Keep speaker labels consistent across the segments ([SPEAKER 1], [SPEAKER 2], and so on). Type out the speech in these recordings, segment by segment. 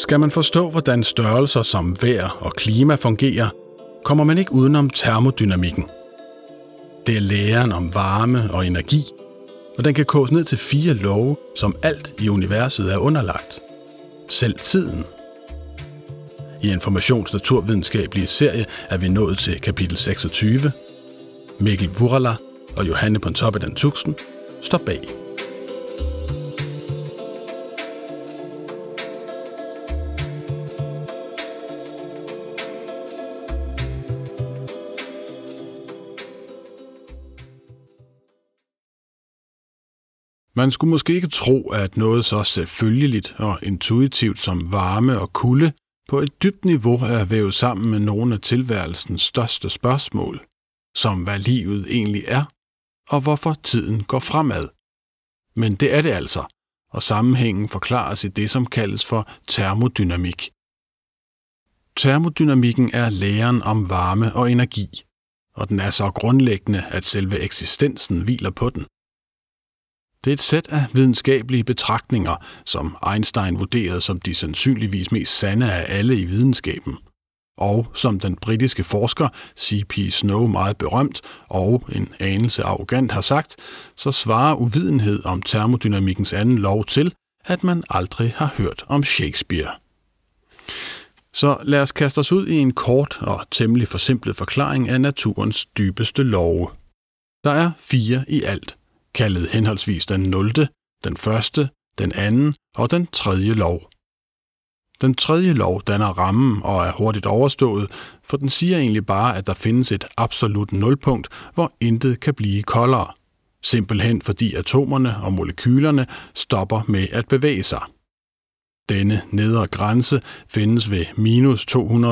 [SPEAKER 1] Skal man forstå, hvordan størrelser som vejr og klima fungerer, kommer man ikke udenom termodynamikken. Det er læren om varme og energi, og den kan koges ned til 4 love, som alt i universet er underlagt. Selv tiden. I Informations naturvidenskabelige serie er vi nået til kapitel 26. Mikkel Vurala og Johanne Pontoppidan Tuxen står bag. Man skulle måske ikke tro, at noget så selvfølgeligt og intuitivt som varme og kulde på et dybt niveau er vævet sammen med nogle af tilværelsens største spørgsmål, som hvad livet egentlig er, og hvorfor tiden går fremad. Men det er det altså, og sammenhængen forklares i det, som kaldes for termodynamik. Termodynamikken er læren om varme og energi, og den er så grundlæggende, at selve eksistensen hviler på den. Det er et sæt af videnskabelige betragtninger, som Einstein vurderede som de sandsynligvis mest sande af alle i videnskaben. Og som den britiske forsker C.P. Snow meget berømt og en anelse arrogant har sagt, så svarer uvidenhed om termodynamikkens anden lov til, at man aldrig har hørt om Shakespeare. Så lad os kaste os ud i en kort og temmelig forsimplet forklaring af naturens dybeste love. Der er 4 i alt, kaldet henholdsvis den 0., den 1., den 2. og den 3. lov. Den 3. lov danner rammen og er hurtigt overstået, for den siger egentlig bare, at der findes et absolut nulpunkt, hvor intet kan blive koldere. Simpelthen fordi atomerne og molekylerne stopper med at bevæge sig. Denne nedre grænse findes ved minus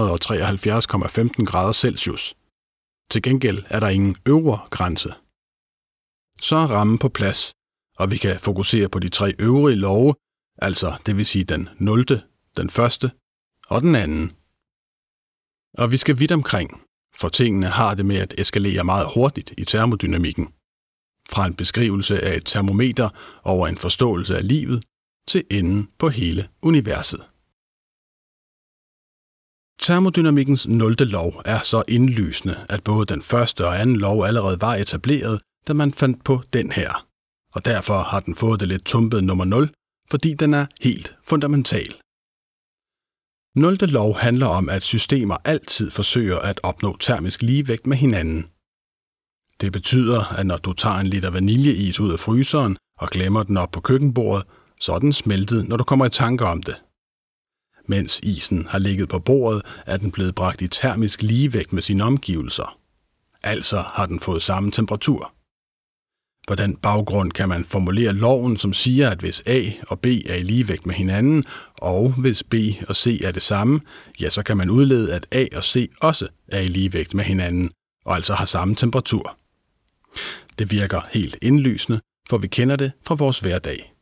[SPEAKER 1] 273,15 grader Celsius. Til gengæld er der ingen øvre grænse. Så er rammen på plads, og vi kan fokusere på de 3 øvrige love, altså det vil sige den 0., den 1. og den 2. Og vi skal vidt omkring, for tingene har det med at eskalere meget hurtigt i termodynamikken. Fra en beskrivelse af et termometer over en forståelse af livet, til enden på hele universet. Termodynamikkens 0. lov er så indlysende, at både den 1. og 2. lov allerede var etableret, da man fandt på den her. Og derfor har den fået det lidt tumpet nummer 0, fordi den er helt fundamental. 0. lov handler om, at systemer altid forsøger at opnå termisk ligevægt med hinanden. Det betyder, at når du tager en liter vaniljeis ud af fryseren og glemmer den op på køkkenbordet, så er den smeltet, når du kommer i tanker om det. Mens isen har ligget på bordet, er den blevet bragt i termisk ligevægt med sine omgivelser. Altså har den fået samme temperatur. På den baggrund kan man formulere loven, som siger, at hvis A og B er i ligevægt med hinanden, og hvis B og C er det samme, ja, så kan man udlede, at A og C også er i ligevægt med hinanden, og altså har samme temperatur. Det virker helt indlysende, for vi kender det fra vores hverdag.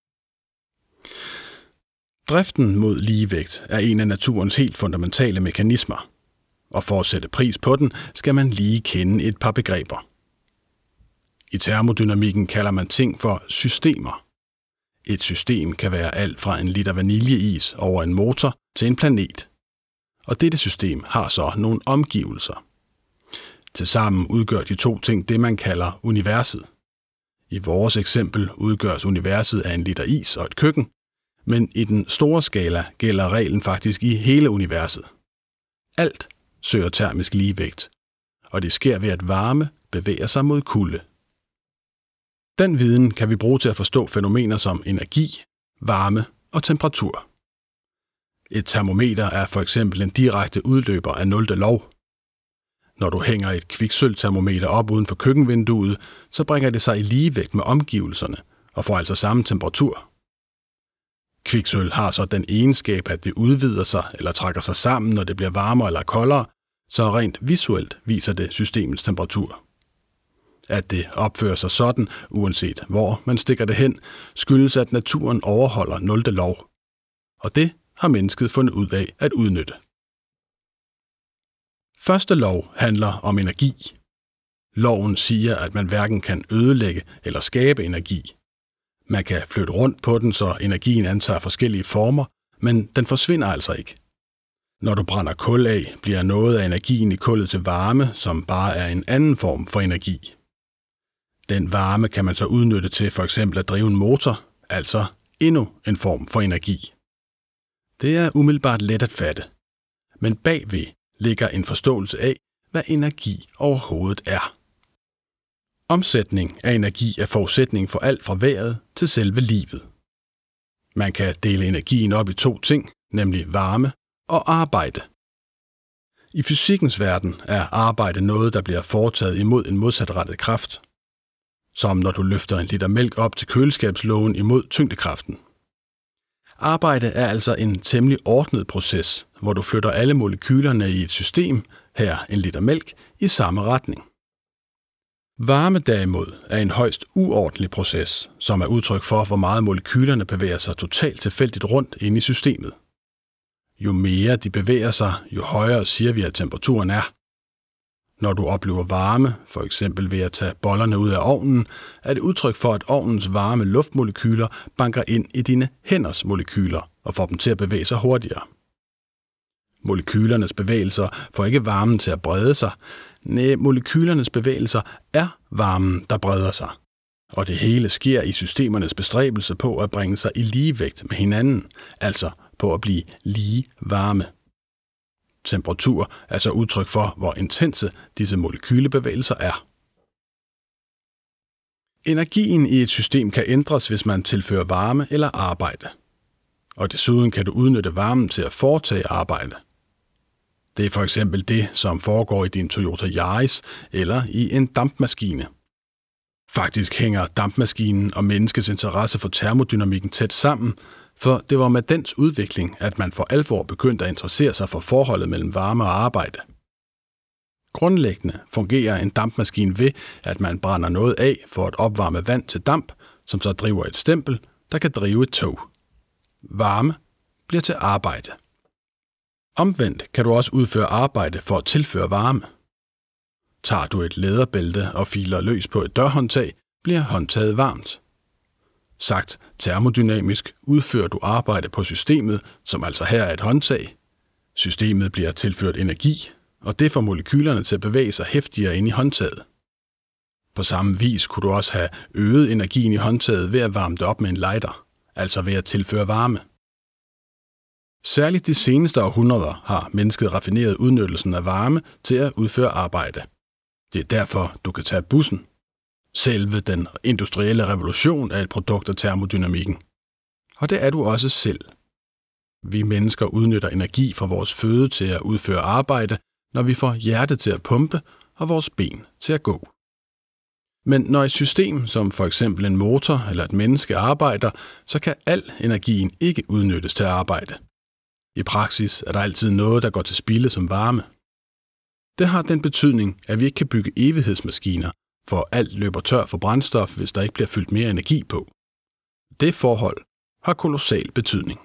[SPEAKER 1] Driften mod ligevægt er en af naturens helt fundamentale mekanismer, og for at sætte pris på den, skal man lige kende et par begreber. I termodynamikken kalder man ting for systemer. Et system kan være alt fra en liter vaniljeis over en motor til en planet. Og dette system har så nogle omgivelser. Tilsammen udgør de 2 ting det, man kalder universet. I vores eksempel udgøres universet af en liter is og et køkken, men i den store skala gælder reglen faktisk i hele universet. Alt søger termisk ligevægt, og det sker ved at varme bevæger sig mod kulde. Den viden kan vi bruge til at forstå fænomener som energi, varme og temperatur. Et termometer er for eksempel en direkte udløber af 0. lov. Når du hænger et kviksølvtermometer op uden for køkkenvinduet, så bringer det sig i ligevægt med omgivelserne og får altså samme temperatur. Kviksølv har så den egenskab, at det udvider sig eller trækker sig sammen, når det bliver varmere eller koldere, så rent visuelt viser det systemets temperatur. At det opfører sig sådan, uanset hvor man stikker det hen, skyldes, at naturen overholder 0. lov. Og det har mennesket fundet ud af at udnytte. 1. lov handler om energi. Loven siger, at man hverken kan ødelægge eller skabe energi. Man kan flytte rundt på den, så energien antager forskellige former, men den forsvinder altså ikke. Når du brænder kul af, bliver noget af energien i kullet til varme, som bare er en anden form for energi. Den varme kan man så udnytte til for eksempel at drive en motor, altså endnu en form for energi. Det er umiddelbart let at fatte, men bagved ligger en forståelse af, hvad energi overhovedet er. Omsætning af energi er forudsætning for alt fra vejret til selve livet. Man kan dele energien op i 2 ting, nemlig varme og arbejde. I fysikkens verden er arbejde noget, der bliver foretaget imod en modsatrettet kraft, som når du løfter en liter mælk op til køleskabslågen imod tyngdekraften. Arbejde er altså en temmelig ordnet proces, hvor du flytter alle molekylerne i et system, her en liter mælk, i samme retning. Varme derimod er en højst uordentlig proces, som er udtryk for, hvor meget molekylerne bevæger sig totalt tilfældigt rundt inde i systemet. Jo mere de bevæger sig, jo højere siger vi, at temperaturen er. Når du oplever varme, for eksempel ved at tage bollerne ud af ovnen, er det udtryk for, at ovnens varme luftmolekyler banker ind i dine hænders molekyler og får dem til at bevæge sig hurtigere. Molekylernes bevægelser får ikke varmen til at brede sig. Nej, molekylernes bevægelser er varmen, der breder sig. Og det hele sker i systemernes bestræbelse på at bringe sig i ligevægt med hinanden, altså på at blive lige varme. Temperatur er så udtryk for, hvor intense disse molekylebevægelser er. Energien i et system kan ændres, hvis man tilfører varme eller arbejde. Og desuden kan du udnytte varmen til at foretage arbejde. Det er for eksempel det, som foregår i din Toyota Yaris eller i en dampmaskine. Faktisk hænger dampmaskinen og menneskets interesse for termodynamikken tæt sammen, for det var med dens udvikling, at man for alvor begyndte at interessere sig for forholdet mellem varme og arbejde. Grundlæggende fungerer en dampmaskine ved, at man brænder noget af for at opvarme vand til damp, som så driver et stempel, der kan drive et tog. Varme bliver til arbejde. Omvendt kan du også udføre arbejde for at tilføre varme. Tager du et læderbælte og filer løs på et dørhåndtag, bliver håndtaget varmt. Sagt termodynamisk udfører du arbejde på systemet, som altså her er et håndtag. Systemet bliver tilført energi, og det får molekylerne til at bevæge sig heftigere ind i håndtaget. På samme vis kunne du også have øget energien i håndtaget ved at varme det op med en lighter, altså ved at tilføre varme. Særligt de seneste århundreder har mennesket raffineret udnyttelsen af varme til at udføre arbejde. Det er derfor, du kan tage bussen. Selve den industrielle revolution er et produkt af termodynamikken. Og det er du også selv. Vi mennesker udnytter energi fra vores føde til at udføre arbejde, når vi får hjertet til at pumpe og vores ben til at gå. Men når et system, som for eksempel en motor eller et menneske arbejder, så kan al energien ikke udnyttes til arbejde. I praksis er der altid noget, der går til spilde som varme. Det har den betydning, at vi ikke kan bygge evighedsmaskiner, for alt løber tør for brændstof, hvis der ikke bliver fyldt mere energi på. Det forhold har kolossal betydning.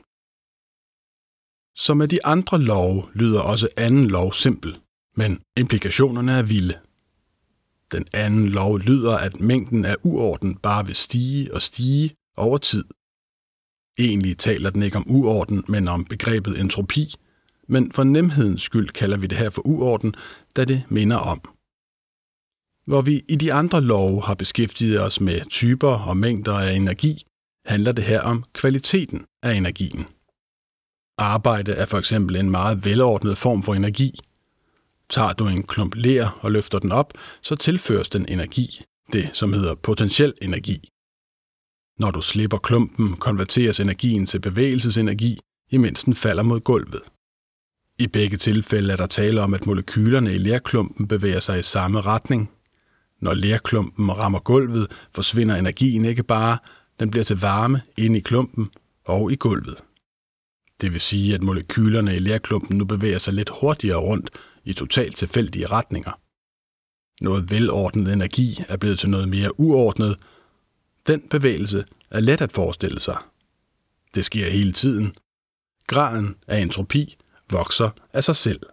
[SPEAKER 1] Som med de andre love lyder også anden lov simpel, men implikationerne er vilde. Den anden lov lyder, at mængden af uorden bare vil stige og stige over tid. Egentlig taler den ikke om uorden, men om begrebet entropi, men for nemhedens skyld kalder vi det her for uorden, da det minder om. Hvor vi i de andre love har beskæftiget os med typer og mængder af energi, handler det her om kvaliteten af energien. Arbejde er for eksempel en meget velordnet form for energi. Tager du en klump ler og løfter den op, så tilføres den energi, det som hedder potentiel energi. Når du slipper klumpen, konverteres energien til bevægelsesenergi, imens den falder mod gulvet. I begge tilfælde er der tale om, at molekylerne i lerklumpen bevæger sig i samme retning. Når lerklumpen rammer gulvet, forsvinder energien ikke bare, den bliver til varme inde i klumpen og i gulvet. Det vil sige, at molekylerne i lerklumpen nu bevæger sig lidt hurtigere rundt i totalt tilfældige retninger. Noget velordnet energi er blevet til noget mere uordnet. Den bevægelse er let at forestille sig. Det sker hele tiden. Graden af entropi vokser af sig selv.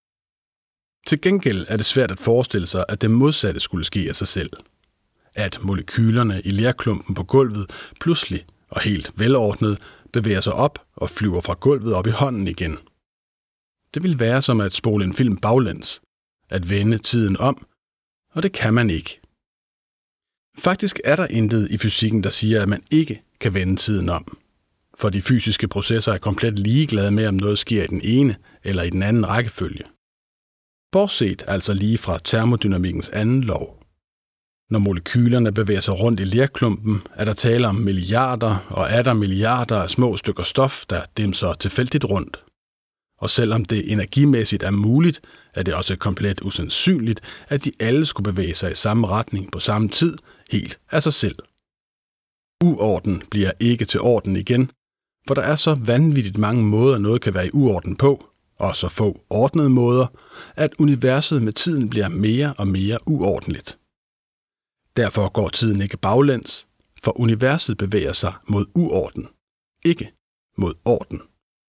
[SPEAKER 1] Til gengæld er det svært at forestille sig, at det modsatte skulle ske af sig selv. At molekylerne i lerklumpen på gulvet pludselig og helt velordnet bevæger sig op og flyver fra gulvet op i hånden igen. Det vil være som at spole en film baglæns, at vende tiden om, og det kan man ikke. Faktisk er der intet i fysikken, der siger, at man ikke kan vende tiden om. For de fysiske processer er komplet ligeglade med, om noget sker i den ene eller i den anden rækkefølge. Bortset altså lige fra termodynamikkens anden lov. Når molekylerne bevæger sig rundt i lerklumpen, er der tale om milliarder og atter milliarder af små stykker stof, der dimser tilfældigt rundt. Og selvom det energimæssigt er muligt, er det også komplet usandsynligt, at de alle skulle bevæge sig i samme retning på samme tid, helt af sig selv. Uorden bliver ikke til orden igen, for der er så vanvittigt mange måder, noget kan være i uorden på, og så få ordnede måder, at universet med tiden bliver mere og mere uordentligt. Derfor går tiden ikke baglæns, for universet bevæger sig mod uorden, ikke mod orden.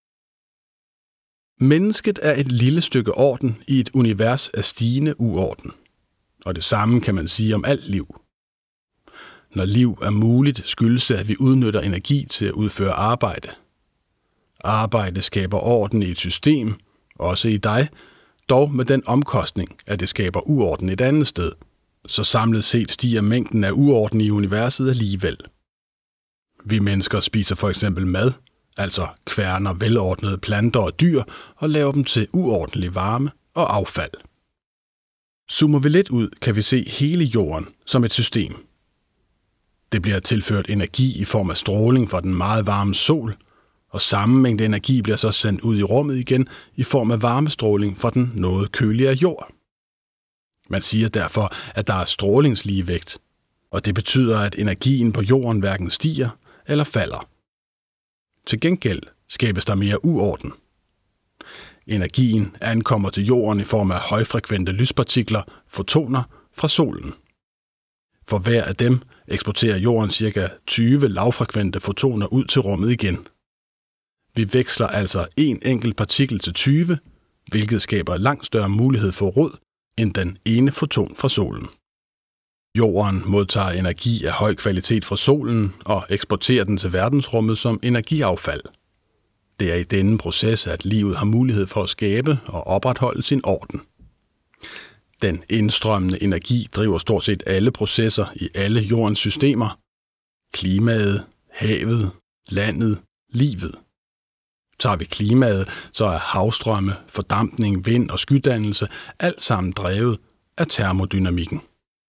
[SPEAKER 1] Mennesket er et lille stykke orden i et univers af stigende uorden. Og det samme kan man sige om alt liv. Når liv er muligt, skyldes det, at vi udnytter energi til at udføre arbejde. Arbejde skaber orden i et system, også i dig, dog med den omkostning, at det skaber uorden et andet sted. Så samlet set stiger mængden af uorden i universet alligevel. Vi mennesker spiser for eksempel mad, altså kværner velordnede planter og dyr og laver dem til uordentlig varme og affald. Zoomer vi lidt ud, kan vi se hele jorden som et system. Det bliver tilført energi i form af stråling fra den meget varme sol, og samme mængde energi bliver så sendt ud i rummet igen i form af varmestråling fra den noget køligere jord. Man siger derfor, at der er strålingsligevægt, og det betyder, at energien på jorden hverken stiger eller falder. Til gengæld skabes der mere uorden. Energien ankommer til jorden i form af højfrekvente lyspartikler, fotoner, fra solen. For hver af dem eksporterer jorden ca. 20 lavfrekvente fotoner ud til rummet igen. Vi veksler altså en enkelt partikel til 20, hvilket skaber langt større mulighed for rod end den ene foton fra solen. Jorden modtager energi af høj kvalitet fra solen og eksporterer den til verdensrummet som energiaffald. Det er i denne proces, at livet har mulighed for at skabe og opretholde sin orden. Den indstrømmende energi driver stort set alle processer i alle jordens systemer. Klimaet, havet, landet, livet. Tager vi klimaet, så er havstrømme, fordampning, vind og skydannelse alt sammen drevet af termodynamikken.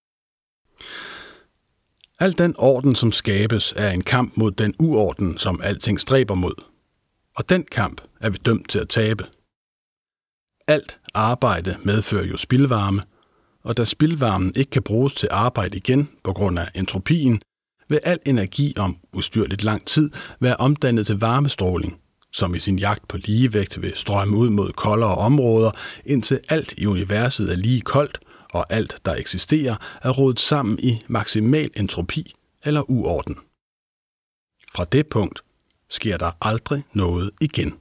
[SPEAKER 1] Al den orden, som skabes, er en kamp mod den uorden, som alting stræber mod. Og den kamp er vi dømt til at tabe. Alt arbejde medfører jo spildvarme, og da spildvarmen ikke kan bruges til arbejde igen på grund af entropien, vil al energi om ustyrligt lang tid være omdannet til varmestråling, som i sin jagt på ligevægt vil strømme ud mod koldere områder, indtil alt i universet er lige koldt, og alt, der eksisterer, er rodet sammen i maksimal entropi eller uorden. Fra det punkt sker der aldrig noget igen.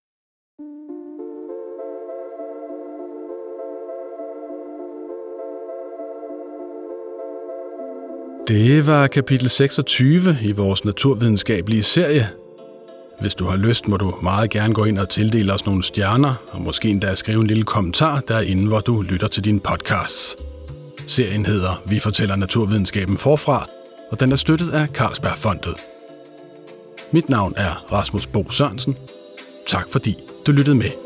[SPEAKER 1] Det var kapitel 26 i vores naturvidenskabelige serie. Hvis du har lyst, må du meget gerne gå ind og tildele os nogle stjerner, og måske endda skrive en lille kommentar derinde, hvor du lytter til dine podcasts. Serien hedder Vi fortæller naturvidenskaben forfra, og den er støttet af Carlsbergfondet. Mit navn er Rasmus Bo Sørensen. Tak fordi du lyttede med.